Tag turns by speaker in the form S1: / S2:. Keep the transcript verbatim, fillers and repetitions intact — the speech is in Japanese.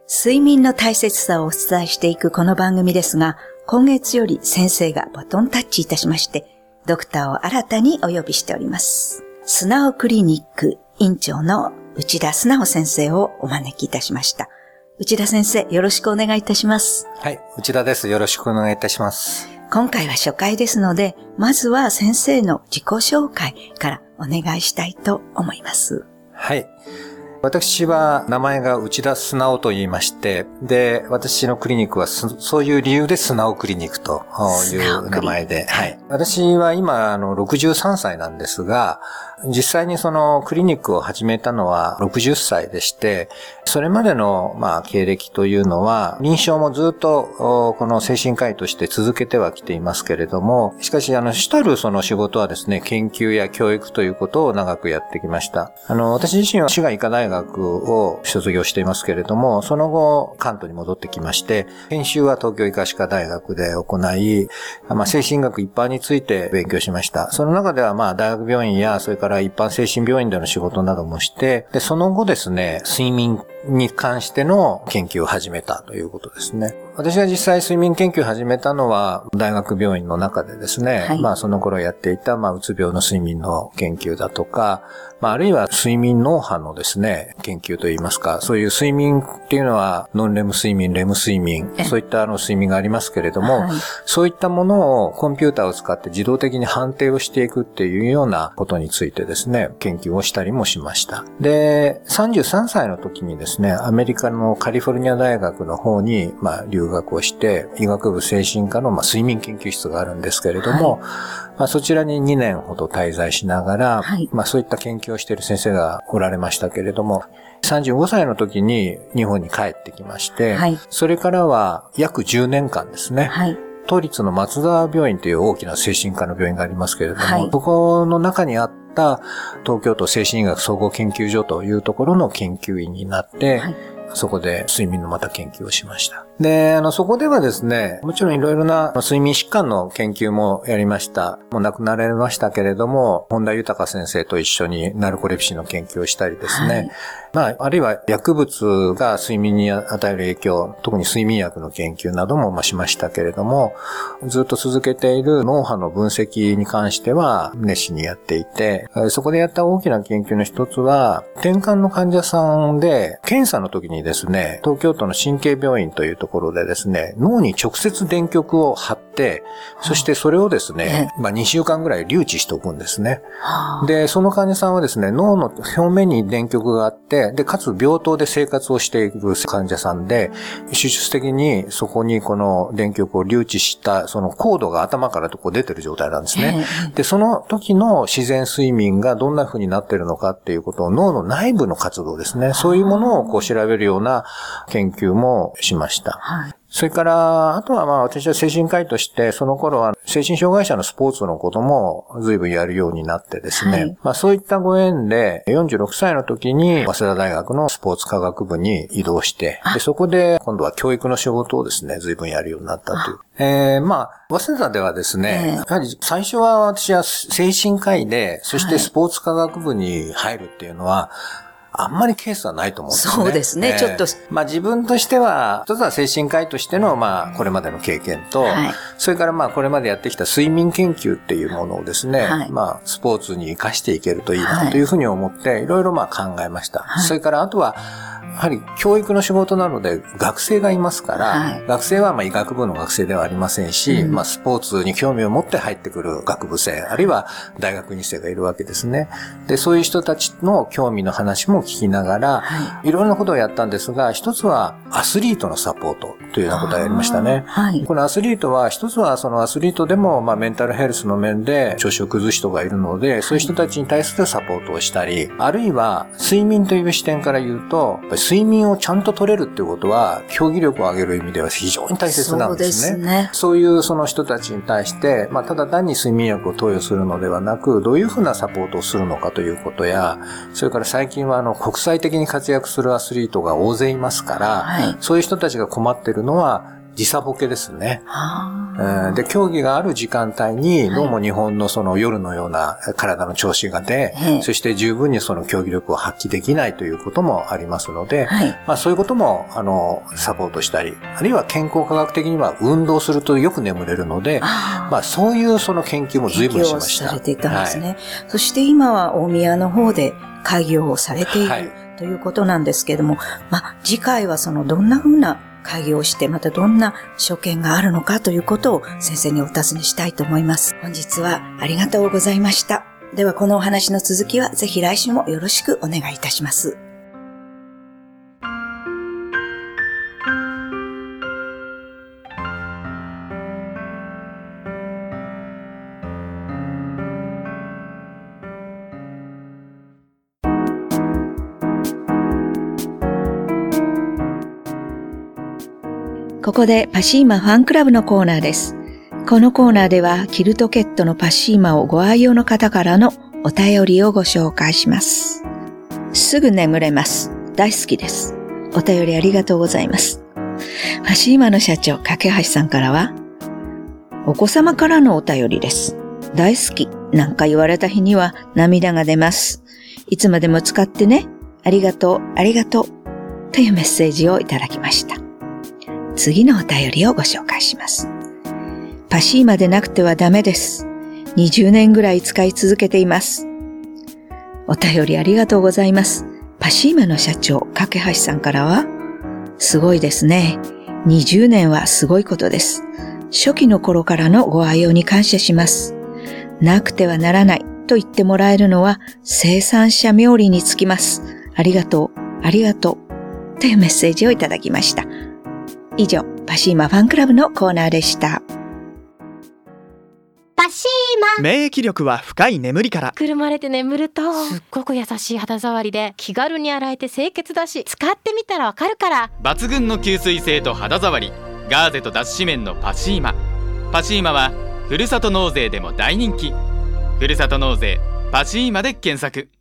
S1: 睡眠の大切さをお伝えしていくこの番組ですが、今月より先生がバトンタッチいたしまして、ドクターを新たにお呼びしております。スナオクリニック院長の内田素直先生をお招きいたしました。内田先生、よろしくお願いいたします。
S2: はい、内田です。よろしくお願いいたします。
S1: 今回は初回ですので、まずは先生の自己紹介からお願いしたいと思います。
S2: はい。私は名前が内田素直と言いまして、で、私のクリニックはそういう理由で素直クリニックという名前で、はい。私は今、あの、ろくじゅうさんさいなんですが、実際にそのクリニックを始めたのはろくじゅっさいでして、それまでの、まあ、経歴というのは、臨床もずっと、この精神科医として続けてはきていますけれども、しかし、あの、主たるその仕事はですね、研究や教育ということを長くやってきました。あの、私自身は滋賀医科大学を卒業していますけれども、その後、関東に戻ってきまして、研修は東京医科歯科大学で行い、まあ、精神学一般について勉強しました。その中では、まあ、大学病院や、それから一般精神病院での仕事などもして、で、その後ですね、睡眠に関しての研究を始めたということですね。私が実際睡眠研究を始めたのは大学病院の中でですね、はい、まあその頃やっていたまあうつ病の睡眠の研究だとか、まああるいは睡眠脳波のですね、研究といいますか、そういう睡眠っていうのはノンレム睡眠、レム睡眠、そういったあの睡眠がありますけれども、はい、そういったものをコンピューターを使って自動的に判定をしていくっていうようなことについてですね、研究をしたりもしました。で、さんじゅうさんさいの時にですね、アメリカのカリフォルニア大学の方にまあ留学をして、医学部精神科のまあ睡眠研究室があるんですけれども、はい、まあそちらににねんほど滞在しながら、はい、まあそういった研究をしている先生がおられましたけれども、さんじゅうごさいの時に日本に帰ってきまして、はい、それからは約じゅうねんかんですね、はい、都立の松田病院という大きな精神科の病院がありますけれども、はい、そこの中にあった東京都精神医学総合研究所というところの研究員になって、はい、そこで睡眠のまた研究をしました。で、あの、そこではですね、もちろんいろいろな睡眠疾患の研究もやりました。もう亡くなられましたけれども、本田豊先生と一緒にナルコレプシーの研究をしたりですね。はい、まあ、あるいは薬物が睡眠に与える影響、特に睡眠薬の研究などもまあしましたけれども、ずっと続けている脳波の分析に関しては熱心にやっていて、そこでやった大きな研究の一つは、転換の患者さんで検査の時にですね、東京都の神経病院というところでですね、脳に直接電極を貼って、そしてそれをですね、まあにしゅうかんぐらい留置しておくんですね。で、その患者さんはですね、脳の表面に電極があって、で、かつ病棟で生活をしている患者さんで、手術的にそこにこの電極を留置したそのコードが頭からとこう出てる状態なんですね。で、その時の自然睡眠がどんな風になっているのかっていうことを脳の内部の活動ですね。そういうものをこう調べるような研究もしました。はい、それから、あとはまあ私は精神科医として、その頃は精神障害者のスポーツのことも随分やるようになってですね。はい、まあそういったご縁で、よんじゅうろくさいの時に、早稲田大学のスポーツ科学部に移動して、でそこで今度は教育の仕事をですね、随分やるようになったという。えー、まあ、早稲田ではですね、やはり最初は私は精神科医で、そしてスポーツ科学部に入るっていうのは、あんまりケースはないと思うんですね。
S1: そうですね、えー、ちょっと。
S2: まあ自分としては、一つは精神科医としての、まあこれまでの経験と、はい、それからまあこれまでやってきた睡眠研究っていうものをですね、はい、まあスポーツに活かしていけるといいなというふうに思って、はい、いろいろまあ考えました。はい、それからあとは、やはり教育の仕事なので学生がいますから、はい、学生はまあ医学部の学生ではありませんし、うん、まあスポーツに興味を持って入ってくる学部生、あるいは大学に生がいるわけですね。で、そういう人たちの興味の話も聞きながら、はい、いろんなことをやったんですが、一つはアスリートのサポートというようなことをやりましたね。はい、このアスリートは、一つはそのアスリートでもまあメンタルヘルスの面で調子を崩す人がいるので、そういう人たちに対するサポートをしたり、あるいは睡眠という視点から言うと、睡眠をちゃんと取れるっていうことは、競技力を上げる意味では非常に大切なんですね。そうですね。そういうその人たちに対して、まあ、ただ単に睡眠薬を投与するのではなく、どういうふうなサポートをするのかということや、それから最近はあの、国際的に活躍するアスリートが大勢いますから、はい、そういう人たちが困っているのは、 時差ボケですね。
S1: は
S2: で、競技がある時間帯に、どうも日本のその夜のような体の調子が出、はい、そして十分にその競技力を発揮できないということもありますので、はい、まあそういうことも、あの、サポートしたり、あるいは健康科学的には運動するとよく眠れるので、あまあそういうその研究も随分しました。
S1: 研究をされていたんですね。はい、そして今は大宮の方で開業をされている、はい、ということなんですけれども、まあ次回はそのどんな風な会議をして、またどんな所見があるのかということを先生にお尋ねしたいと思います。本日はありがとうございました。ではこのお話の続きはぜひ来週もよろしくお願いいたします。ここでパシーマファンクラブのコーナーです。このコーナーではキルトケットのパシーマをご愛用の方からのお便りをご紹介します。すぐ眠れます。大好きです。お便りありがとうございます。パシーマの社長、架橋さんからは、お子様からのお便りです。大好きなんか言われた日には涙が出ます。いつまでも使ってね。ありがとう、ありがとう。というメッセージをいただきました。次のお便りをご紹介します。パシーマでなくてはダメです。にじゅうねんぐらい使い続けています。お便りありがとうございます。パシーマの社長、架橋さんからは、すごいですね。にじゅうねんはすごいことです。初期の頃からのご愛用に感謝します。なくてはならないと言ってもらえるのは生産者冥利につきます。ありがとう、ありがとう。というメッセージをいただきました。以上、パシーマファンクラブのコーナーでした。
S3: パシーマ。
S4: 免疫力は深い眠りから。
S3: くるまれて眠るとすっごく優しい肌触りで気軽に洗えて清潔だし、使ってみたらわかるから。
S5: 抜群の吸水性と肌触り、ガーゼと脱脂綿のパシーマ。パシーマはふるさと納税でも大人気。ふるさと納税パシーマで検索。